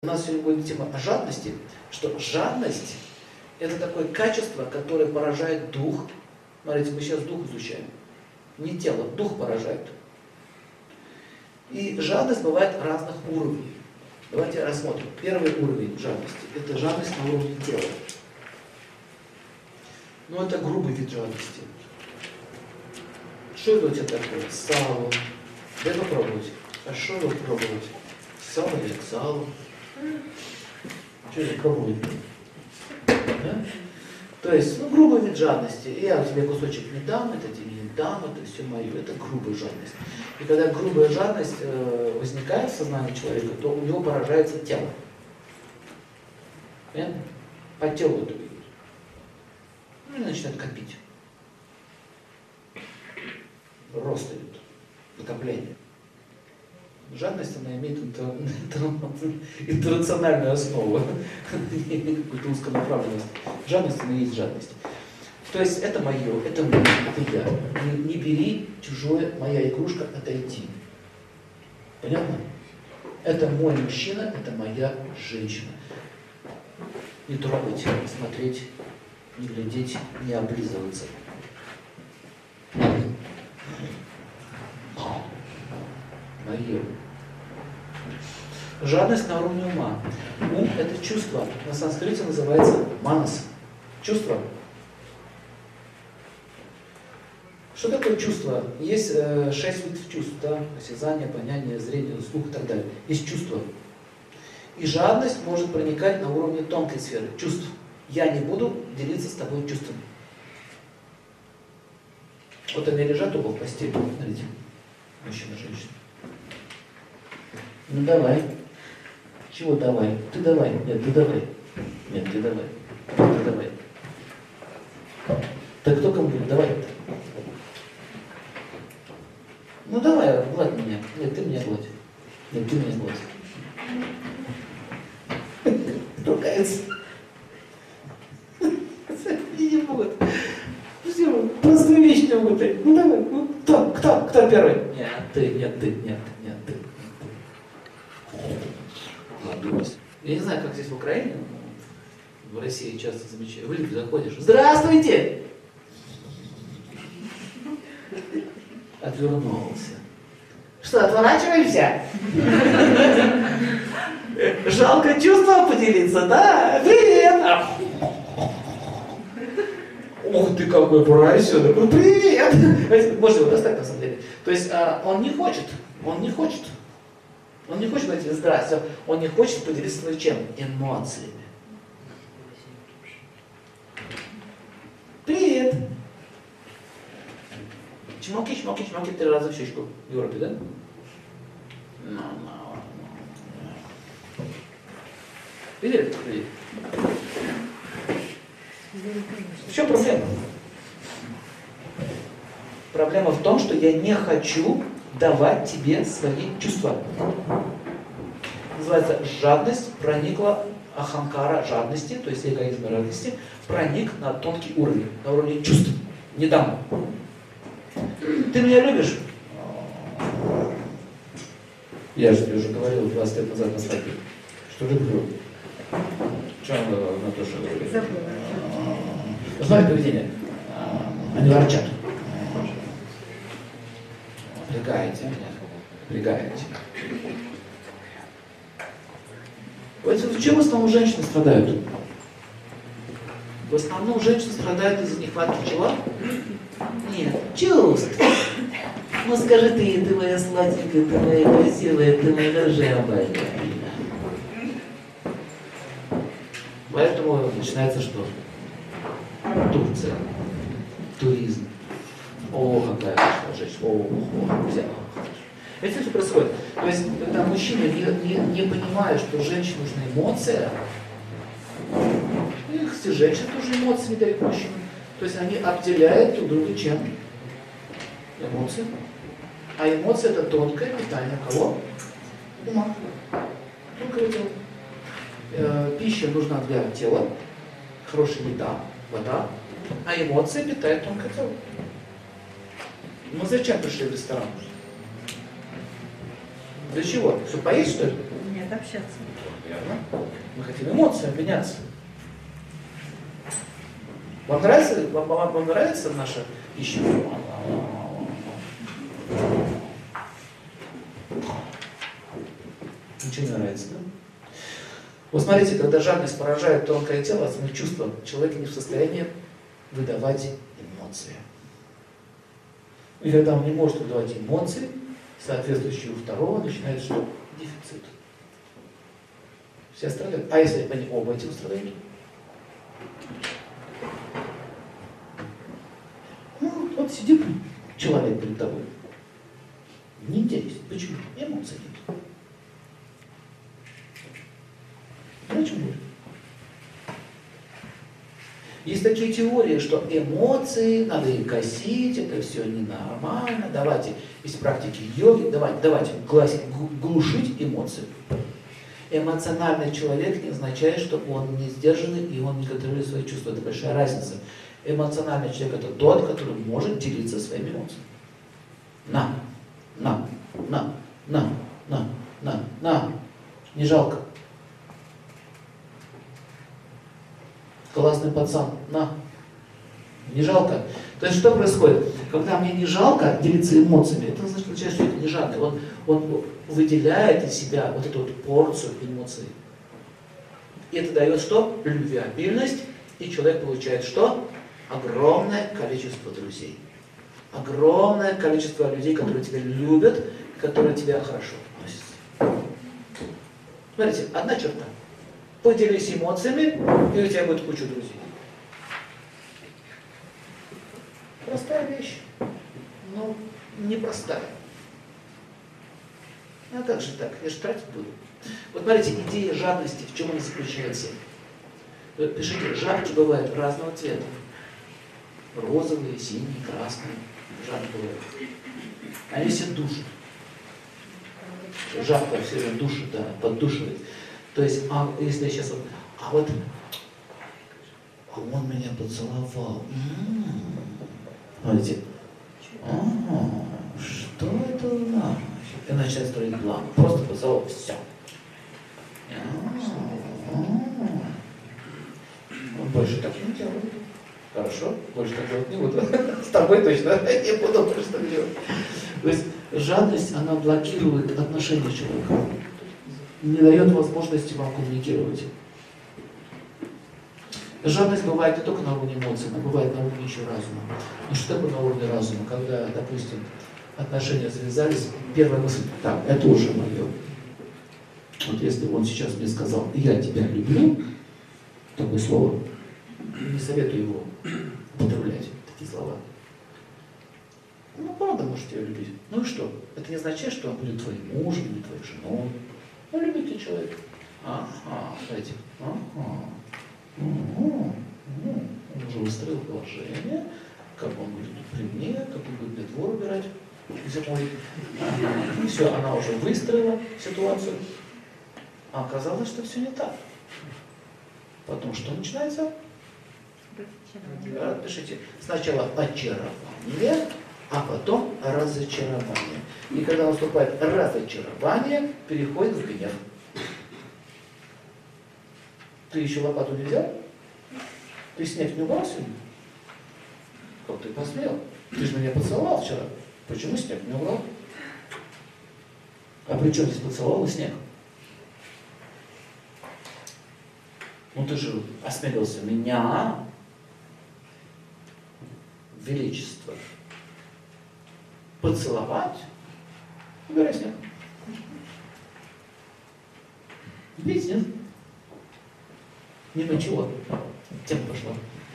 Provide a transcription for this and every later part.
У нас сегодня будет тема о жадности, что жадность – это такое качество, которое поражает дух. Смотрите, мы сейчас дух изучаем. Не тело, дух поражает. И жадность бывает разных уровней. Давайте рассмотрим. Первый уровень жадности – это жадность на уровне тела. Но это грубый вид жадности. Что это у тебя такое? Сало. Дай попробовать. А что его пробовать? Сало или к салу? Что это пробовать? Да? То есть, грубый вид жадности. Я тебе кусочек не дам, это тебе не дам, это все мое. Это грубая жадность. И когда грубая жадность возникает в сознании человека, то у него поражается тело. Понятно? По телу это видит. И начинает копить. Рост идет. Накопление. Жадность, она имеет интернациональную основу, не какую-то узконаправленность. Жадность, она есть жадность. То есть это мое, это мое, это я. Не бери чужое, моя игрушка, отойди. Понятно? Это мой мужчина, это моя женщина. Не трогать, не смотреть, не глядеть, не облизываться. Мое. Жадность на уровне ума. Ум – это чувство. На санскрите называется манас. Чувство. Что такое чувство? Есть 6 видов чувств. Да? Осязание, понятие, зрение, слух и так далее. Есть чувство. И жадность может проникать на уровне тонкой сферы. Чувств. Я не буду делиться с тобой чувствами. Вот они лежат оба в постели. Смотрите. Мужчина, женщина. Ну давай. Чего давай? Ты давай. Нет, ты давай. Нет, ты давай. Ты давай. Так кто кому будет? Давай. Ну давай, гладь меня. Нет, ты меня гладь. Нет, ты меня гладь. Ругается. Не могут. Все, простую вещь не могут. Ну давай. Ну, кто первый? Нет, ты, нет, ты, нет, нет, ты. Я не знаю, как здесь в Украине, в России часто замечаю. В лифт заходишь. Здравствуйте! Отвернулся. Что, отворачиваемся? Жалко чувства поделиться, да? Привет! Ух ты, какой поросенок! Ну привет! Можно его достать на самом деле. То есть он не хочет. Он не хочет говорить здрасте, он не хочет поделиться с чем? Эмоциями. Привет! Чмоки, чмоки, чмоки 3 раза в щечку в Европе, да? Привет, привет. В чем проблема? Проблема в том, что я не хочу давать тебе свои чувства. Называется жадность проникла, аханкара жадности, то есть эгоизм и радости, проник на тонкий уровень, на уровне чувств. Не дам. Ты меня любишь? Я же тебе уже говорил 20 лет назад на свадьбе, что люблю. Что Наташа говорит? Забыла. Смотри поведение. Они ворчат. Напрягаете. Вот в чем в основном женщины страдают? В основном женщины страдают из-за нехватки чего? Нет, чувств. Ну скажи ты моя сладенькая, ты моя красивая, ты моя дорожая. Поэтому начинается что? Турция. Туризм. О, какая хорошая женщина. О, вся. Это все происходит. То есть, когда мужчина не понимает, что женщине нужна эмоция, и, кстати, женщины тоже эмоции не дают мужчинам. То есть они обделяют друг друга чем? Эмоции. А эмоция это тонкое питание кого? Ума. Тонкое тело. Пища нужна для тела, хорошая еда, вода, а эмоция питает тонкое тело. Мы зачем пришли в ресторан? Для чего? Чтобы поесть, что ли? Нет, общаться. Верно? Мы хотим эмоции обменяться. Вам нравится наша пища? Ничего не нравится, да? Вот смотрите, когда жадность поражает тонкое тело, основных чувств, человек не в состоянии выдавать эмоции. И когда он не может выдавать эмоции, соответствующие у второго, начинает что? Дефицит. Все страдают. А если они оба этим страдают? Ну, вот сидит человек перед тобой. Не интересно. Почему? Эмоций нет. Почему? Есть такие теории, что эмоции надо их гасить, это все ненормально. Давайте, из практики йоги, давайте глушить эмоции. Эмоциональный человек не означает, что он не сдержанный и он не контролирует свои чувства. Это большая разница. Эмоциональный человек это тот, который может делиться своими эмоциями. На. Не жалко. Классный пацан, на. Не жалко. То есть что происходит? Когда мне не жалко делиться эмоциями, это означает, что это не жадный. Он выделяет из себя вот эту вот порцию эмоций. И это дает что? Любвеобильность. И человек получает что? Огромное количество друзей. Огромное количество людей, которые тебя любят, которые тебя хорошо относятся. Смотрите, одна черта. Поделись эмоциями, и у тебя будет куча друзей. Простая вещь, но непростая. А как же так? Я же тратить буду. Вот смотрите, идея жадности, в чем она заключается? Пишите, жабки бывают разного цвета. Розовые, синие, красные. Жабки бывают. Они все душат. Жабка все время душит, да, поддушивает. То есть, если я сейчас вот, он меня поцеловал. Смотрите, что это у нас? И начинает строить план. Просто поцеловал, все. Он больше так не делает. Хорошо, больше так делать не буду. С тобой точно не буду больше так делать. То есть, жадность, она блокирует отношения человека. Не дает возможности вам коммуникировать. Жадность бывает не только на уровне эмоций, она бывает на уровне еще разума. Ну что такое на уровне разума? Когда, допустим, отношения завязались, первая мысль, так, это уже мое. Вот если он сейчас мне сказал, я тебя люблю, такое слово, не советую его употреблять, такие слова. Ну, правда, можете ее любить. Ну и что? Это не означает, что он будет твоим мужем или твоей женой. Ну, любите человека. Знаете, он уже выстроил положение, как он будет при мне, как он будет мне двор убирать зимой. И все, она уже выстроила ситуацию. А оказалось, что все не так. Потом что начинается? Пишите. Сначала очарование, а потом разочарование. И когда наступает разочарование, переходит в гнев. Ты еще лопату не взял? Ты снег не убрал сегодня? Как ты посмел? Ты же меня поцеловал вчера. Почему снег не убрал? А при чем здесь поцеловал и снег? Ну ты же осмелился меня, величество, поцеловать, убирай снег. Видите, нет? Мимо чего? Тема пошла.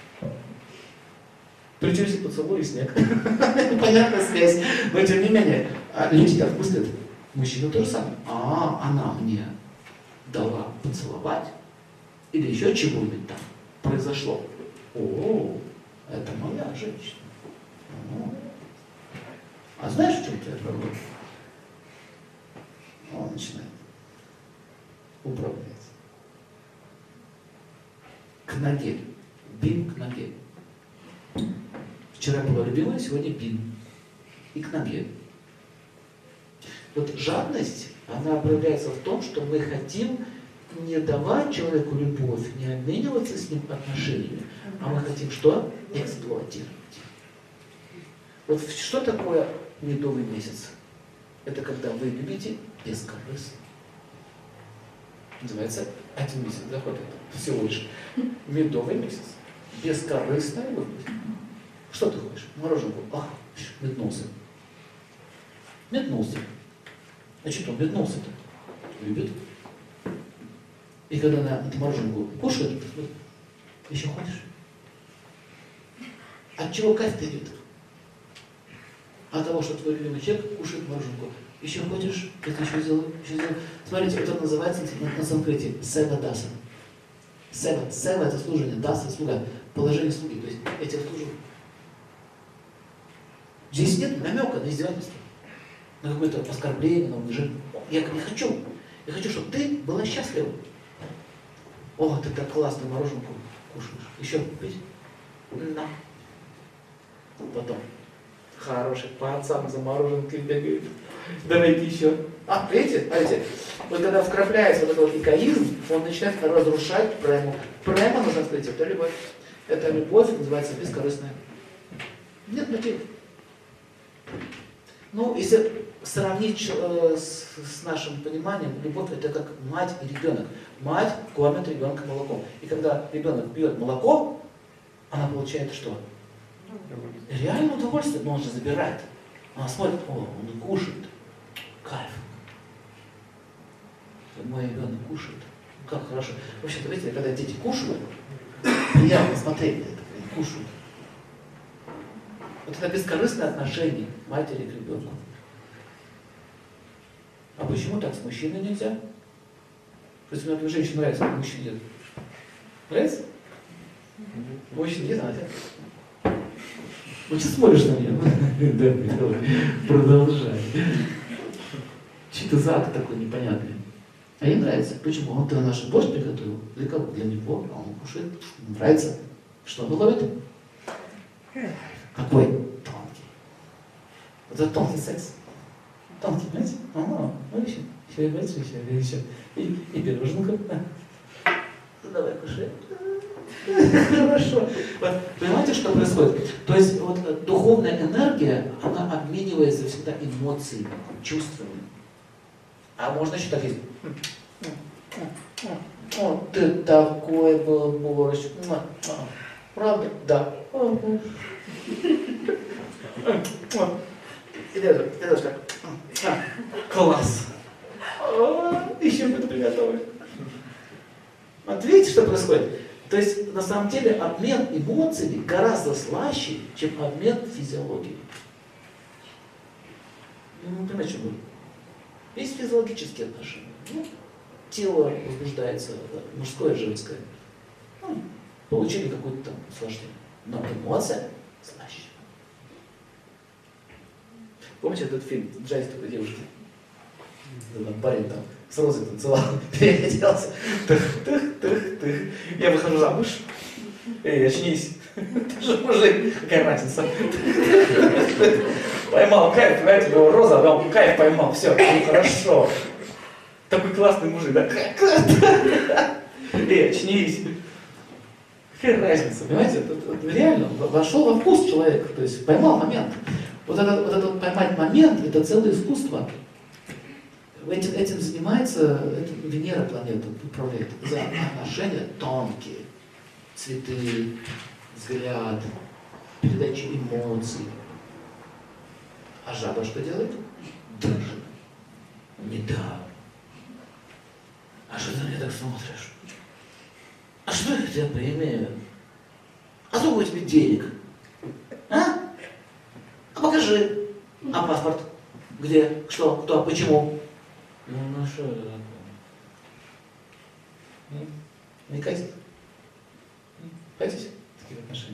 Причем здесь поцелуй и снег. Понятная связь. Но тем не менее, люди так мыслят. Мужчина то же самое. Она мне дала поцеловать. Или еще чего-нибудь там произошло. Это моя женщина. А знаешь, в чем твоя проблема? Он начинает управлять. К ноге. Бин к ноге. Вчера была любимая, сегодня бин. И к ноге. Вот жадность, она проявляется в том, что мы хотим не давать человеку любовь, не обмениваться с ним отношениями, а мы хотим что? Эксплуатировать. Вот что такое медовый месяц? Это когда вы любите бескорыстно. Называется 1 месяц, да, вот это всего лишь. Медовый месяц. Бескорыстная любовь. Что ты хочешь? Мороженку. Ах, метнулся. Метнулся. Значит, он метнулся-то. Любит. И когда на эту мороженку кушает, еще хочешь? От чего кайф-то идет? От того, что твой любимый человек кушает мороженку. Еще хочешь? Это еще сделаю. Смотрите, это называется на санскрите сева даса. Сева это служение, даса слуга, положение слуги. То есть я тебя служу. Здесь нет намека на издевательство, на какое-то оскорбление, на унижение. Я не хочу. Я хочу, чтобы ты была счастлива. О, ты так классно мороженку кушаешь. Еще пить? Да. Потом. Хороший пацан за мороженкой бегает. Давайте еще. Видите? Вот когда вкрапляется вот этот вот эгоизм, он начинает разрушать прему. Према на санскрите, это любовь. Это любовь, называется бескорыстная. Нет мотивов. Ну, если сравнить с нашим пониманием, любовь это как мать и ребенок. Мать кормит ребенка молоком. И когда ребенок пьет молоко, она получает что? Реальное удовольствие, но он же забирает. Она смотрит, о, он кушает. Кайф. Мой ребенок кушает. Как хорошо. Вообще-то, видите, когда дети кушают, приятно смотреть на это, они кушают. Вот это бескорыстное отношение матери к ребенку. А почему так с мужчиной нельзя? То есть многим женщинам нравится, как мужчина едет. Нравится? Мужчина едет, она тебя. Ну что смотришь на меня? Да, продолжай. Чей-то зад такой непонятный. А ей нравится. Почему? Он-то наш борщ приготовил. Для кого? Для него. А он кушает. Нравится. Что он ловит? Какой тонкий. Вот это тонкий секс. Тонкий, понимаете? Ну еще и больше, еще. И пироженку. Давай, кушай. Хорошо. Вот, понимаете, что происходит? То есть вот духовная энергия, она обменивается всегда эмоциями, чувствами. А можно еще так есть. О, ты такой был борщ. Правда? Да. И даже так. Класс. Еще буду приготовить. Вот видите, что происходит? То есть, на самом деле, обмен эмоциями гораздо слаще, чем обмен физиологией. Ну, понимаете, что говорю? Есть физиологические отношения. Ну, тело возбуждается, мужское, женское. Ну, получили какое-то там наслаждение. Но эмоция слаще. Помните этот фильм «Джайз такой девушки»? Там парень там с розой танцевал, переоделся. Тых. Я выхожу замуж. Эй, очнись. Ты же мужик. Какая разница? Поймал кайф, понимаете, его роза, да, он кайф поймал. Все, ну хорошо. Такой классный мужик, да? Эй, очнись. Какая разница, понимаете? Это реально вошел во вкус человека, то есть поймал момент. Вот этот поймать момент, это целое искусство. Этим занимается Венера, планета, управляет. За отношения тонкие, цветы, взгляд, передача эмоций. А жаба что делает? Дрожит. Не да. А что ты на меня так смотришь? А что я тебя поимею? А сколько у тебя денег? А покажи. А паспорт? Где? Что? Кто? Почему? Ну что это такое? Не катит? Хотите такие отношения?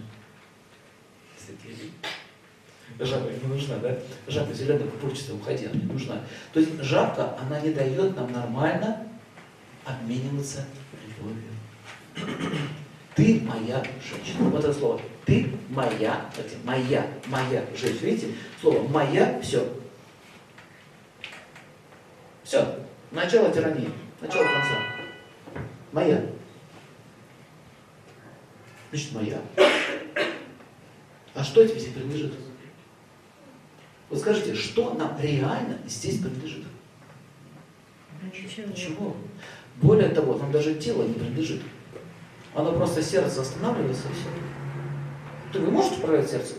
Жаба не нужна, да? Жаба зеленая пупырчатая, уходи, она не нужна. То есть жабка, она не дает нам нормально обмениваться любовью. Ты моя женщина. Вот это слово. Ты моя, кстати, моя женщина. Видите? Слово моя, все. Все. Начало тирании. Начало конца. Моя. Значит, моя. А что тебе здесь принадлежит? Вот скажите, что нам реально здесь принадлежит? Ничего. Более того, нам даже тело не принадлежит. Оно просто сердце останавливается и все. Вы можете управлять сердцем?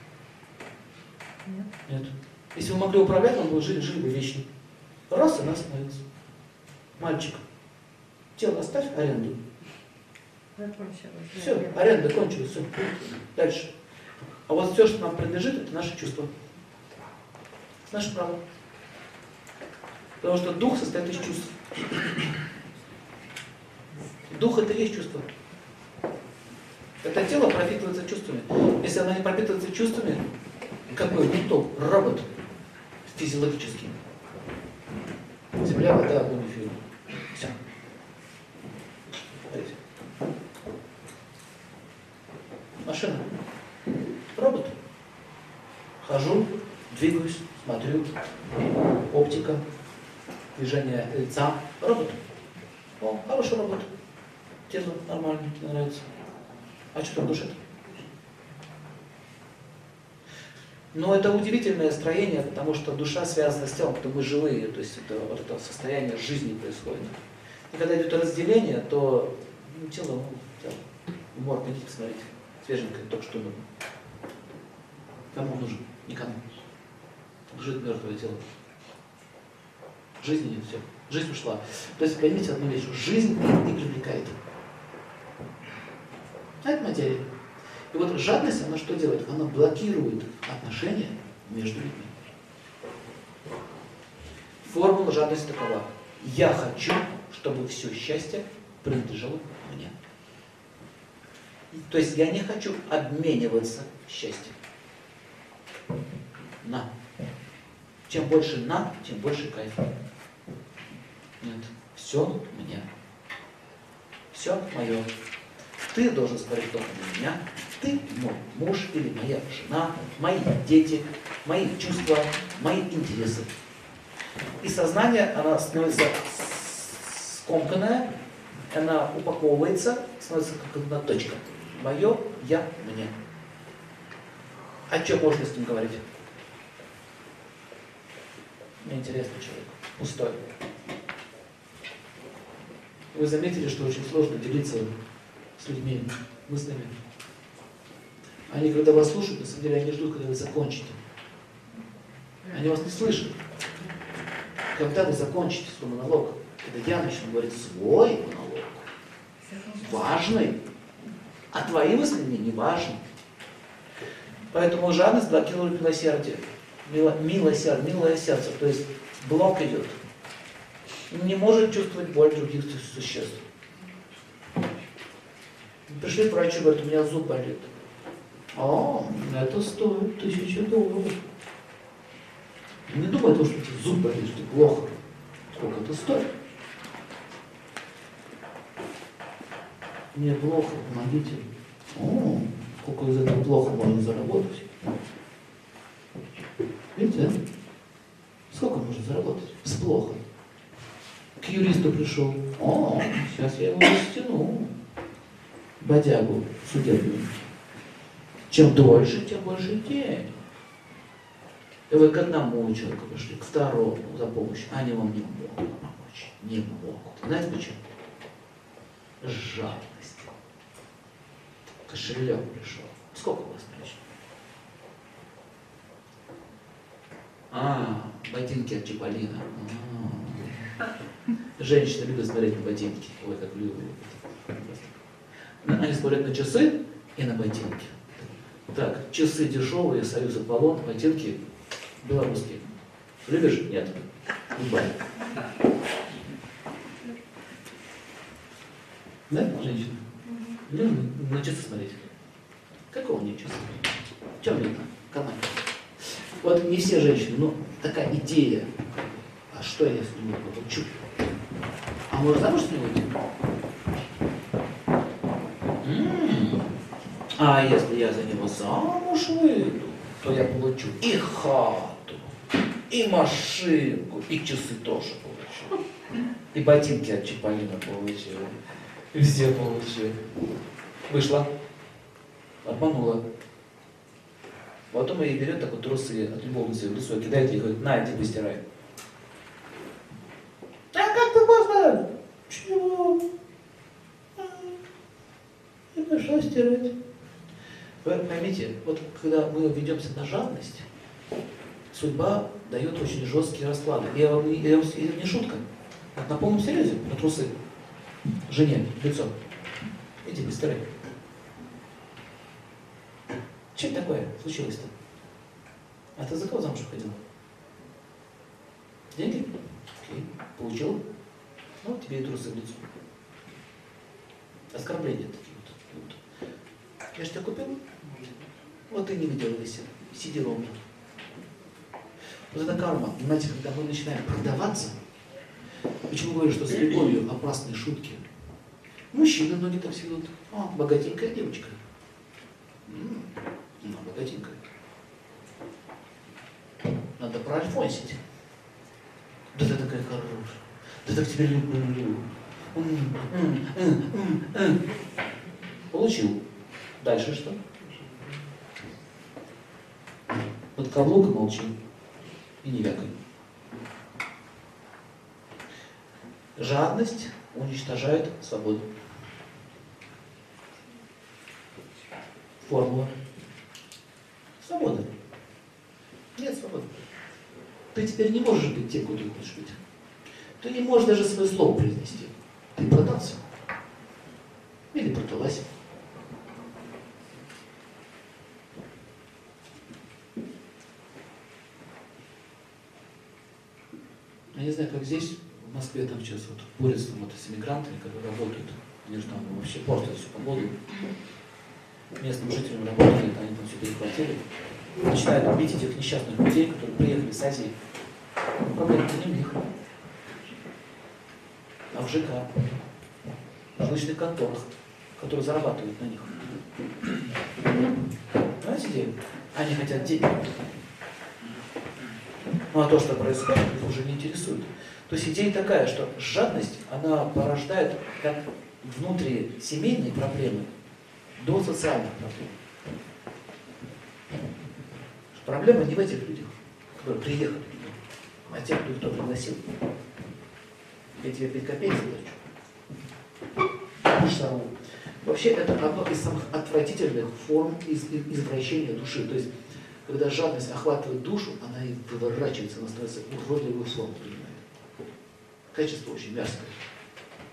Нет. Нет. Если вы могли управлять, он бы жили бы вечно. Раз, и она остановилась. Мальчик, тело оставь, аренду. Все, аренда кончилась, все. Дальше. А вот все, что нам принадлежит, это наши чувства. Это наше право. Потому что дух состоит из чувств. Дух это и есть чувство. Это тело пропитывается чувствами. Если оно не пропитывается чувствами, какой никто, робот физиологический. Земля, вода, огонь, эфир. Все. Смотрите. Машина. Робот. Хожу, двигаюсь, смотрю. Оптика, движение лица. Робот. О, хороший робот. Тело нормально, мне нравится. А что там душа-то? Но это удивительное строение, потому что душа связана с телом, потому что мы живые, то есть это вот это состояние жизни происходит. И когда идет разделение, то тело, тело. Морг, идите посмотрите, свеженькое, только что нужно. Кому нужен? Никому. Лежит мертвое тело. Жизни нет, все. Жизнь ушла. То есть поймите одну вещь, жизнь не привлекает. А это материя. И вот жадность, она что делает? Она блокирует отношения между людьми. Формула жадности такова. Я хочу, чтобы все счастье принадлежало мне. То есть я не хочу обмениваться счастьем. На. Чем больше на, тем больше кайфа. Нет. Все мне. Все мое. Ты должен смотреть только на меня. Ты мой муж или моя жена, мои дети, мои чувства, мои интересы. И сознание, оно становится скомканное, она упаковывается, становится как одна точка. Мое, я, мне. О чем можно с ним говорить? Мне интересный человек, пустой. Вы заметили, что очень сложно делиться с людьми мыслями. Они, когда вас слушают, на самом деле они ждут, когда вы закончите. Они вас не слышат. Когда вы закончите свой монолог, когда я начну говорить свой монолог, важный, а твои мысли мне не важны. Поэтому жадность блокирует милосердие. Милое сердце, то есть блок идет. Не может чувствовать боль других существ. Пришли к врачу, говорят, у меня зуб болит. А, это стоит $1000. Не думай, что тебе зуб болит, что плохо. Сколько это стоит? Мне плохо, помогите. О, сколько из этого плохо можно заработать. Видите, да? Сколько можно заработать? С плохо. К юристу пришел. О, сейчас я его растяну. Бодягу судебную. Чем дольше, тем больше денег. И вы к одному человеку пришли, к второму за помощью. Они вам не могут помочь. Не могут. Знаете почему? Жадность. Кошелек пришел. Сколько у вас наличных? Ботинки от Чиполлино. Женщины любят смотреть на ботинки. Ой, как любят. Они смотрят на часы и на ботинки. Так, часы дешевые, Союз Аполлон, ботинки белорусские. Любишь? Нет. Гудбай. Да, женщина? Любим на часы смотреть. Какого у нее часы? Чем видно? Канал. Вот не все женщины, но такая идея. А что я с ним получу? А может замуж с ним выйти? А если я за него замуж выйду, то я получу и хату, и машинку, и часы тоже получу. И ботинки от Чиполлино получу. Везде получили. Вышла. Обманула. Потом ей берет так вот трусы от любовницы в лицо, кидает ей и говорит, на, иди постирай. А как ты можно? Чего? Я пошла стирать. Вы поймите, вот когда мы ведемся на жадность, судьба дает очень жесткие расклады. Это не шутка. Это на полном серьезе, на трусы. Жене в лицо. Иди постирай. Что это такое случилось-то? А ты за кого замуж ходил? Деньги? Окей. Получил? Ну, тебе и трусы в лицо. Оскорбления такие вот. Я же тебя купил? Вот ты не выделывайся. Сиди ровно. Вот это карма. Понимаете, когда мы начинаем продаваться, почему говорю, что с любовью опасные шутки? Мужчины ноги так ведут. О, богатенькая девочка. Она богатенькая. Надо проальфонсить. Да ты такая хорошая. Да так тебя люблю. Получил. Дальше что? Под каблук молчи. И не вякай. Жадность уничтожает свободу. Формула. Свобода. Нет свободы. Ты теперь не можешь быть тем, кто ты хочешь быть. Ты не можешь даже свое слово произнести. Ты продался. Или продалась. Я не знаю, как здесь, в Москве там сейчас вот борются вот с иммигрантами, которые работают. Они же там вообще портят всю погоду. Местным жителям работают, они там все перехватили. Начинают убить этих несчастных людей, которые приехали с Азии. Но проблема не в них, а в ЖК, в жилищных конторах, которые зарабатывают на них. Знаете, идею? Они хотят денег. Ну а то, что происходит, их уже не интересует. То есть идея такая, что жадность, она порождает как внутрисемейные проблемы до социальных проблем. Проблема не в этих людях, которые приехали, а тех, кто пригласил. Я тебе 5 копеек заплачу. Вообще это одно из самых отвратительных форм извращения души. То есть, когда жадность охватывает душу, она и выворачивается, она становится уродливую форму принимает. Качество очень мерзкое.